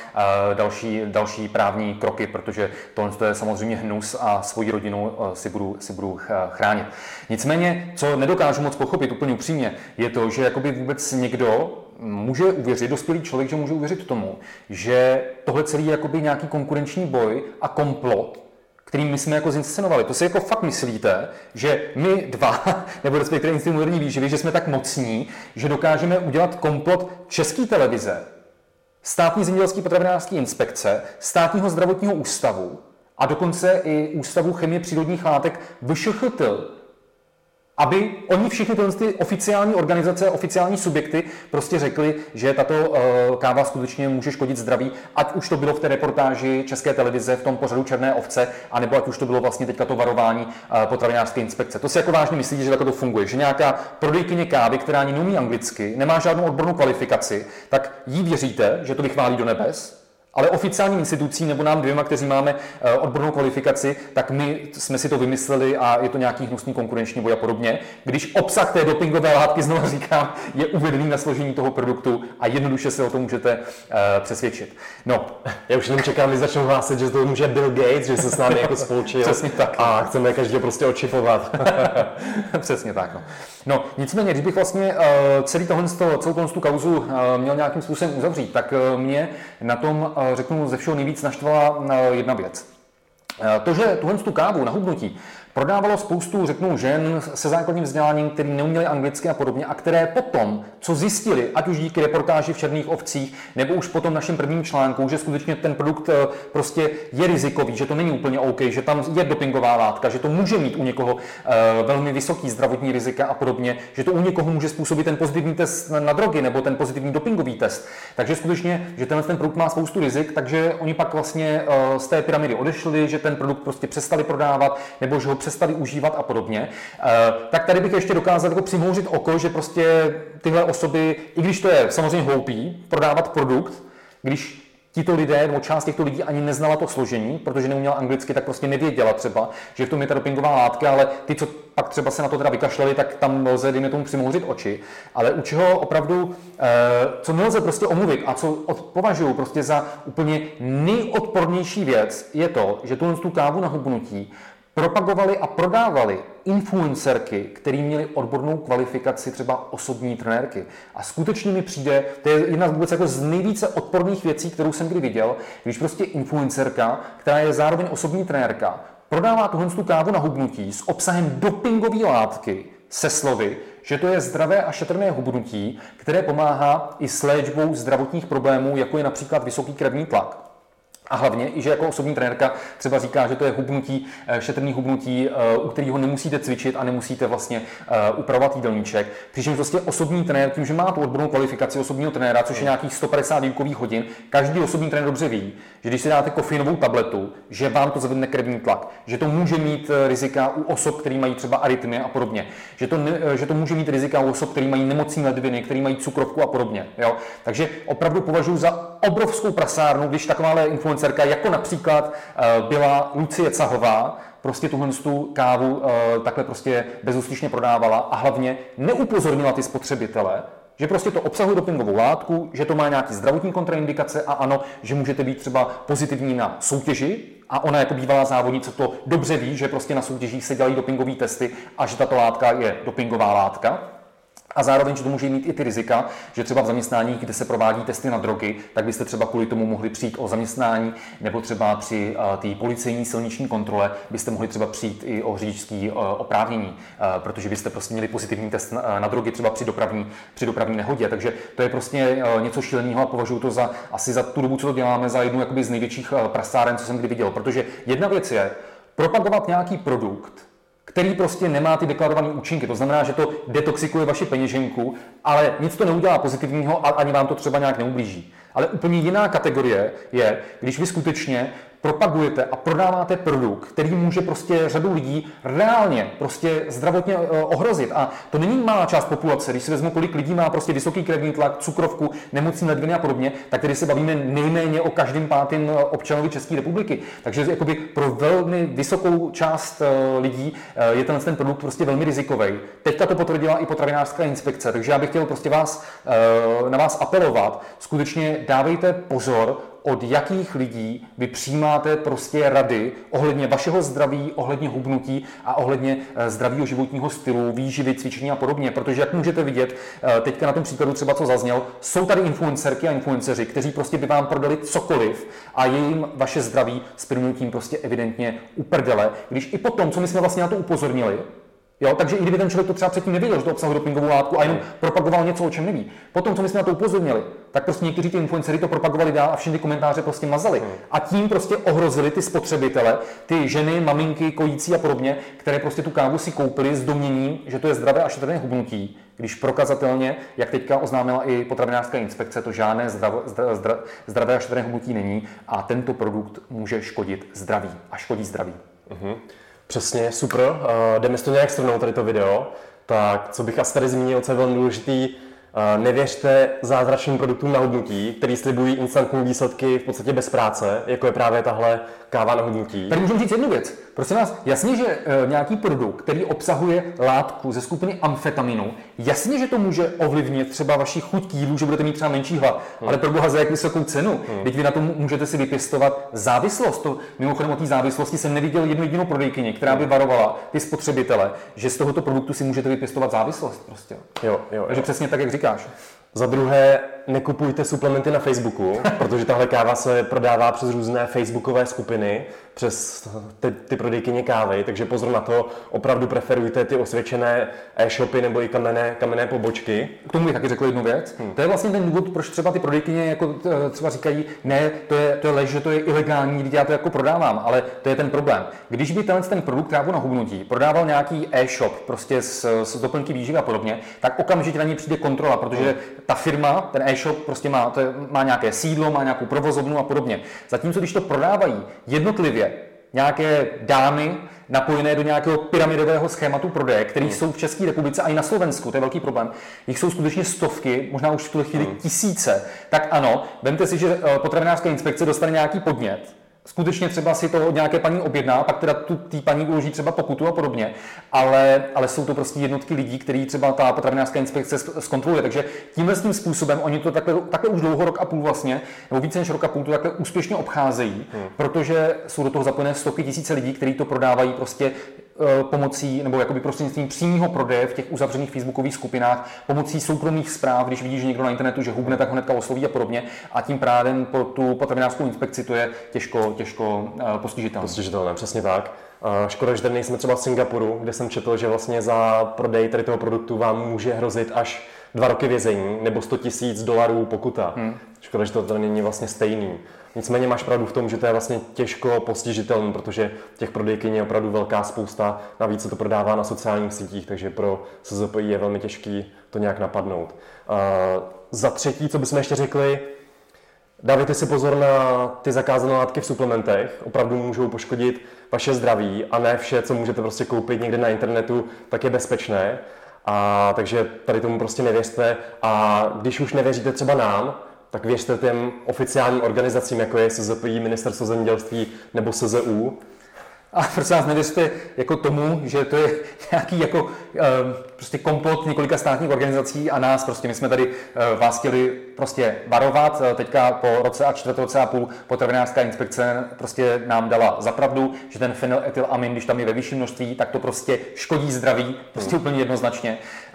další právní kroky, protože tohle je samozřejmě hnus a svoji rodinu si budu chránit. Nicméně, co nedokážu moc pochopit úplně upřímně, je to, že jakoby vůbec někdo může uvěřit, dospělý člověk, že může uvěřit tomu, že tohle celý je jakoby nějaký konkurenční boj a komplot, který my jsme jako zinscenovali. To si jako fakt myslíte, že my dva, nebo respektive Institut moderní výživy, že jsme tak mocní, že dokážeme udělat komplot České televize, Státní zemědělské potravinářské inspekce, Státního zdravotního ústavu a dokonce i Ústavu chemie přírodních látek VŠCHT, aby oni všichni ty oficiální organizace, oficiální subjekty prostě řekli, že tato káva skutečně může škodit zdraví, ať už to bylo v té reportáži České televize v tom pořadu Černé ovce, anebo ať už to bylo vlastně teďka to varování potravinářské inspekce. To si jako vážně myslíte, že takhle to funguje, že nějaká prodejkyně kávy, která ani neumí anglicky, nemá žádnou odbornou kvalifikaci, tak jí věříte, že to vychválí do nebes? Ale oficiálním institucím nebo nám dvěma, kteří máme odbornou kvalifikaci, tak my jsme si to vymysleli a je to nějaký hnusný konkurenční boj a podobně. Když obsah té dopingové látky, znovu říkám, je uvedený na složení toho produktu a jednoduše se o tom můžete přesvědčit. No, já už jenom čekám, když začnou hlásit, že to může Bill Gates, že se s námi jako spolčil. Přesně tak. A chceme každého prostě očipovat. Přesně tak, no. No, nicméně, když bych vlastně celou tohle kauzu měl nějakým způsobem uzavřít, tak mě na tom, řeknu, ze všeho nejvíc naštvala jedna věc. To, že tuhle kávu na hubnutí prodávalo spoustu, řeknu, žen se základním vzděláním, který neuměli anglicky a podobně, a které potom, co zjistili, ať už díky reportáži v Černých ovcích, nebo už potom našem prvním článku, že skutečně ten produkt prostě je rizikový, že to není úplně OK, že tam je dopingová látka, že to může mít u někoho velmi vysoký zdravotní rizika a podobně, že to u někoho může způsobit ten pozitivní test na drogy nebo ten pozitivní dopingový test. Takže skutečně, že ten produkt má spoustu rizik, takže oni pak vlastně z té pyramidy odešli, že ten produkt prostě přestali prodávat, nebo že ho přestali užívat a podobně, tak tady bych ještě dokázal jako přimhouřit oko, že prostě tyhle osoby, i když to je samozřejmě hloupý, prodávat produkt, když tito lidé, nebo část těchto lidí ani neznala to složení, protože neuměla anglicky, tak prostě nevěděla třeba, že v tom je ta dopingová látka, ale ty, co pak třeba se na to teda vykašlali, tak tam lze, dejme tomu, přimhouřit oči. Ale u čeho opravdu, co nelze prostě omluvit a co považuji prostě za úplně nejodpornější věc, je to, že tu kávu na hubnutí propagovali a prodávali influencerky, které měly odbornou kvalifikaci třeba osobní trenérky. A skutečně mi přijde, to je jedna vůbec jako z nejvíce odporných věcí, kterou jsem kdy viděl, když prostě influencerka, která je zároveň osobní trenérka, prodává tu kávu na hubnutí s obsahem dopingové látky se slovy, že to je zdravé a šetrné hubnutí, které pomáhá i s léčbou zdravotních problémů, jako je například vysoký krevní tlak. A hlavně, i že jako osobní trenérka třeba říká, že to je hubnutí, šetrný hubnutí, u kterého nemusíte cvičit a nemusíte vlastně upravovat jídelníček. Přičemž prostě osobní trenér, tím, že má tu odbornou kvalifikaci osobního trenéra, což je nějakých 150 výukových hodin, každý osobní trenér dobře ví, že když si dáte kofeinovou tabletu, že vám to zvedne krevní tlak, že to může mít rizika u osob, které mají třeba arytmie a podobně, že to může mít rizika u osob, které mají nemocní ledviny, které mají cukrovku a podobně. Jo? Takže opravdu považuji za obrovskou prasárnu, když takováhle influencerka, jako například byla Lucie Cahová, prostě tu kávu takhle prostě bezústyšně prodávala a hlavně neupozornila ty spotřebitele, že prostě to obsahuje dopingovou látku, že to má nějaký zdravotní kontraindikace a ano, že můžete být třeba pozitivní na soutěži a ona jako bývalá závodnice to dobře ví, že prostě na soutěžích se dělají dopingové testy a že tato látka je dopingová látka. A zároveň, že to může mít i ty rizika, že třeba v zaměstnání, kde se provádí testy na drogy, tak byste třeba kvůli tomu mohli přijít o zaměstnání, nebo třeba při té policejní silniční kontrole byste mohli třeba přijít i o řidičské oprávnění, protože byste prostě měli pozitivní test na drogy třeba při dopravní nehodě. Takže to je prostě něco šíleného a považuji to asi za tu dobu, co to děláme, za jednu jakoby z největších prasáren, co jsem kdy viděl. Protože jedna věc je propagovat nějaký produkt, který prostě nemá ty deklarované účinky. To znamená, že to detoxikuje vaši peněženku, ale nic to neudělá pozitivního a ani vám to třeba nějak neublíží. Ale úplně jiná kategorie je, když vy skutečně propagujete a prodáváte produkt, který může prostě řadu lidí reálně prostě zdravotně ohrozit. A to není malá část populace. Když si vezmu, kolik lidí má prostě vysoký krevní tlak, cukrovku, nemocní ledviny a podobně, tak tady se bavíme nejméně o každém pátém občanovi České republiky. Takže jakoby pro velmi vysokou část lidí je ten produkt prostě velmi rizikový. Teďka to potvrdila i potravinářská inspekce, takže já bych chtěl prostě na vás apelovat, skutečně dávejte pozor, od jakých lidí vy přijímáte prostě rady ohledně vašeho zdraví, ohledně hubnutí a ohledně zdravého životního stylu, výživy, cvičení a podobně. Protože jak můžete vidět, teďka na tom příkladu třeba co zazněl, jsou tady influencerky a influenceři, kteří prostě by vám prodali cokoliv a je jim vaše zdraví s plynutím prostě evidentně uprdele. Když i potom, co my jsme vlastně na to upozornili, jo, takže i kdyby ten člověk to třeba předtím nevěděl, že to obsahuje dopingovou látku a jenom propagoval něco, o čem neví. Potom, co my jsme na to upozornili, tak prostě někteří ty influencery to propagovali dál a všechny komentáře prostě mazali. A tím prostě ohrozili ty spotřebitele, ty ženy, maminky, kojící a podobně, které prostě tu kávu si koupili s domněním, že to je zdravé a šetrné hubnutí, když prokazatelně, jak teďka oznámila i potravinářská inspekce, to žádné zdravé a šetrné hubnutí není a tento produkt může škodit zdraví a škodí zdraví. Přesně, super. Jdeme si to nějak shrnout, tady to video. Tak, co bych asi tady zmínil, co je velmi důležitý, nevěřte zázračným produktům na hubnutí, který slibují instantní výsledky v podstatě bez práce, jako je právě tahle káva na hubnutí. Tady můžeme říct jednu věc. Prosím vás, jasně, že nějaký produkt, který obsahuje látku ze skupiny amfetaminu, jasně, že to může ovlivnit třeba vaši chuť k jídlu, že budete mít třeba menší hlad, ale pro boha za jak vysokou cenu. Teď vy na tom můžete si vypěstovat závislost. To, mimochodem o té závislosti jsem neviděl jednu jedinou prodejkyni, která by varovala ty spotřebitele, že z tohoto produktu si můžete vypěstovat závislost prostě. Jo. Takže přesně tak, jak říkáš. Za druhé, nekupujte suplementy na Facebooku, protože tahle káva se prodává přes různé facebookové skupiny, přes ty prodejkyně kávy, takže pozor na to, opravdu preferujte ty osvědčené e-shopy nebo i kamenné pobočky. K tomu bych taky řekl jednu věc. To je vlastně ten důvod, proč třeba ty prodejkyně jako třeba říkají, ne, to je lež, že to je ilegální, když já to jako prodávám, ale to je ten problém. Když by ten produkt kávu na hubnutí prodával nějaký e-shop prostě s doplňky výživy a podobně, tak okamžitě na něj přijde kontrola, protože ta firma, ten e-shop prostě má nějaké sídlo, má nějakou provozovnu a podobně. Zatímco když to prodávají jednotlivě nějaké dámy napojené do nějakého pyramidového schématu prodeje, který jsou v České republice a i na Slovensku, to je velký problém. Jich jsou skutečně stovky, možná už v tuhle chvíli tisíce. Tak ano, vemte si, že potravinářská inspekce dostane nějaký podnět. Skutečně třeba si to nějaké paní objedná, pak teda té paní uloží třeba pokutu a podobně, ale jsou to prostě jednotky lidí, který třeba ta potravinářská inspekce zkontroluje. Takže tímhle tím způsobem oni to takhle už dlouho, rok a půl vlastně, nebo více než rok a půl to takhle úspěšně obcházejí, protože jsou do toho zapojené stovky tisíce lidí, kteří to prodávají prostě pomocí, nebo jakoby prostřednictvím přímého prodeje v těch uzavřených facebookových skupinách, pomocí soukromých zpráv, když vidíš, že někdo na internetu, že hubne, tak ho hnedka osloví a podobně. A tím pádem po tu potravinářskou inspekci to je těžko postižitelné. Postižitelné, přesně tak. Škoda, že tady nejsme třeba v Singapuru, kde jsem četl, že vlastně za prodej tady toho produktu vám může hrozit až 2 roky vězení nebo $100,000 pokuta. Škoda, že to tady není vlastně stejný. Nicméně máš pravdu v tom, že to je vlastně těžko postižitelné, protože těch prodejkyň je opravdu velká spousta, navíc se to prodává na sociálních sítích, takže pro SZPI je velmi těžký to nějak napadnout. Za třetí, co bychom ještě řekli, dávejte si pozor na ty zakázané látky v suplementech, opravdu můžou poškodit vaše zdraví a ne vše, co můžete prostě koupit někde na internetu, tak je bezpečné. Takže tady tomu prostě nevěřte a když už nevěříte třeba nám, tak věřte těm oficiálním organizacím, jako je SZPI, Ministerstvo zemědělství nebo SZU. A prosím vás, nevěřte jako tomu, že to je nějaký jako prostě komplot několika státních organizací a nás prostě, my jsme tady vás chtěli prostě varovat, teďka po roce a čtvrtroce a půl potravinářská inspekce prostě nám dala za pravdu, že ten fenyletylamin, když tam je ve vyšším množství, tak to prostě škodí zdraví, prostě úplně jednoznačně.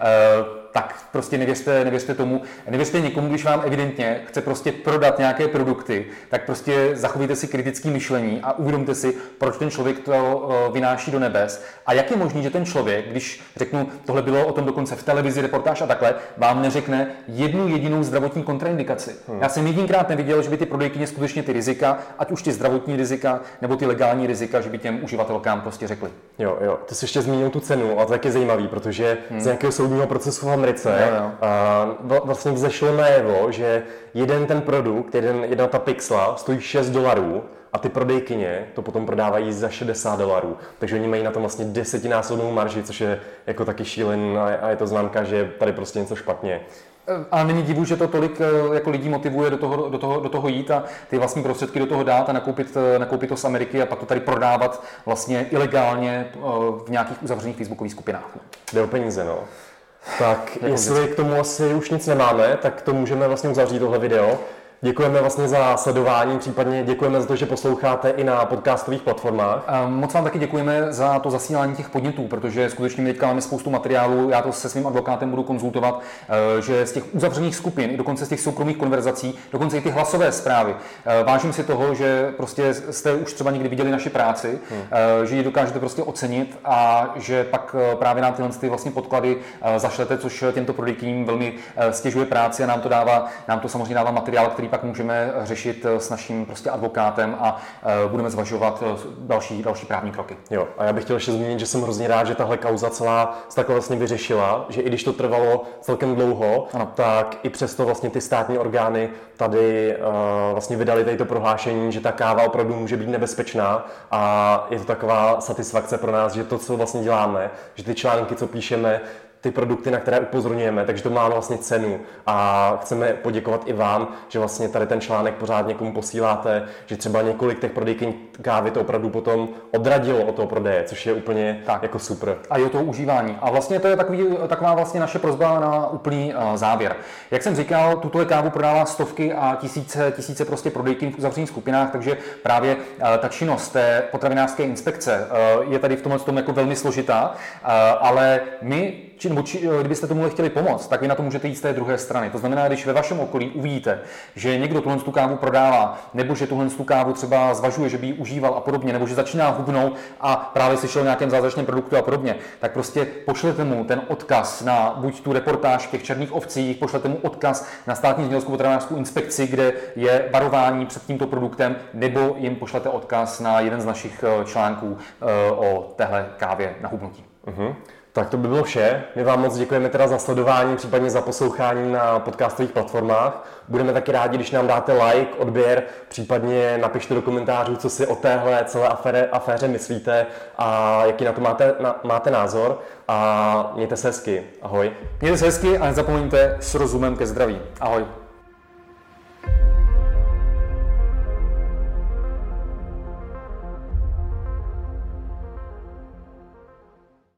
Tak prostě nevěřte tomu, nevěřte někomu, když vám evidentně chce prostě prodat nějaké produkty, tak prostě zachovejte si kritické myšlení a uvědomte si, proč ten člověk to vynáší do nebes a jak je možný, že ten člověk, když řeknu, tohle bylo o tom dokonce v televizi, reportáž a takhle, vám neřekne jednu jedinou zdravotní kontraindikaci. Já jsem jedinkrát neviděl, že by ty prodejkyně skutečně ty rizika, ať už ty zdravotní rizika, nebo ty legální rizika, že by těm uživatelkám prostě řekli. Jo, ty jsi ještě zmínil tu cenu a to je zajímavý, protože z nějakého soudního procesu v Americe vlastně vzešlo najevo, že jeden ten produkt, jedna ta pixla stojí $6 a ty prodejkyně to potom prodávají za $60. Takže oni mají na tom vlastně 10násobnou marži, což je jako taky šílený a je to známka, že tady prostě něco špatně. A není divu, že to tolik jako lidí motivuje do toho jít a ty vlastní prostředky do toho dát a nakoupit to z Ameriky a pak to tady prodávat vlastně ilegálně v nějakých uzavřených facebookových skupinách. Jde o peníze, no. Tak jestli k tomu asi už nic nemáme, tak to můžeme vlastně uzavřít tohle video. Děkujeme vlastně za sledování, případně děkujeme za to, že posloucháte i na podcastových platformách. Moc vám taky děkujeme za to zasílání těch podnětů, protože skutečně my teďka máme spoustu materiálů, já to se svým advokátem budu konzultovat, že z těch uzavřených skupin, i dokonce z těch soukromých konverzací, dokonce i ty hlasové zprávy. Vážím si toho, že prostě jste už třeba někdy viděli naši práci, že ji dokážete prostě ocenit a že pak právě nám tyhle vlastně podklady zašlete, což těmto prodejkyním velmi stěžuje práci a nám to samozřejmě dává materiál, který pak můžeme řešit s naším prostě advokátem a budeme zvažovat další právní kroky. Jo, a já bych chtěl ještě zmínit, že jsem hrozně rád, že tahle kauza celá se takhle vlastně vyřešila, že i když to trvalo celkem dlouho, tak i přesto vlastně ty státní orgány tady vlastně vydali tady to prohlášení, že ta káva opravdu může být nebezpečná a je to taková satisfakce pro nás, že to, co vlastně děláme, že ty články, co píšeme, ty produkty, na které upozorňujeme, takže to má vlastně cenu a chceme poděkovat i vám, že vlastně tady ten článek pořád někomu posíláte, že třeba několik těch prodejkyň kávy to opravdu potom odradilo od toho prodeje, což je úplně jako super. A je to užívání. A vlastně to je taková vlastně naše prosba na úplný závěr. Jak jsem říkal, tuto kávu prodává stovky a tisíce prostě prodejkyň v uzavřených skupinách, takže právě ta činnost té potravinářské inspekce je tady v tomhle tom jako velmi složitá, ale my kdybyste tomu chtěli pomoct, tak vy na to můžete jít z té druhé strany. To znamená, když ve vašem okolí uvidíte, že někdo tuhle kávu prodává, nebo že tuhle kávu třeba zvažuje, že by ji užíval a podobně, nebo že začíná hubnout a právě slyšel o nějakém zázračném produktu a podobně, tak prostě pošlete mu ten odkaz na buď tu reportáž v těch černých ovcích, pošlete mu odkaz na státní zemědělskou potravinářskou inspekci, kde je varování před tímto produktem, nebo jim pošlete odkaz na jeden z našich článků o téhle kávě na hubnutí. Tak to by bylo vše. My vám moc děkujeme teda za sledování, případně za poslouchání na podcastových platformách. Budeme taky rádi, když nám dáte like, odběr, případně napište do komentářů, co si o téhle celé aféře myslíte a jaký na to máte názor. A mějte se hezky. Ahoj. Mějte se hezky a nezapomeňte s rozumem ke zdraví. Ahoj.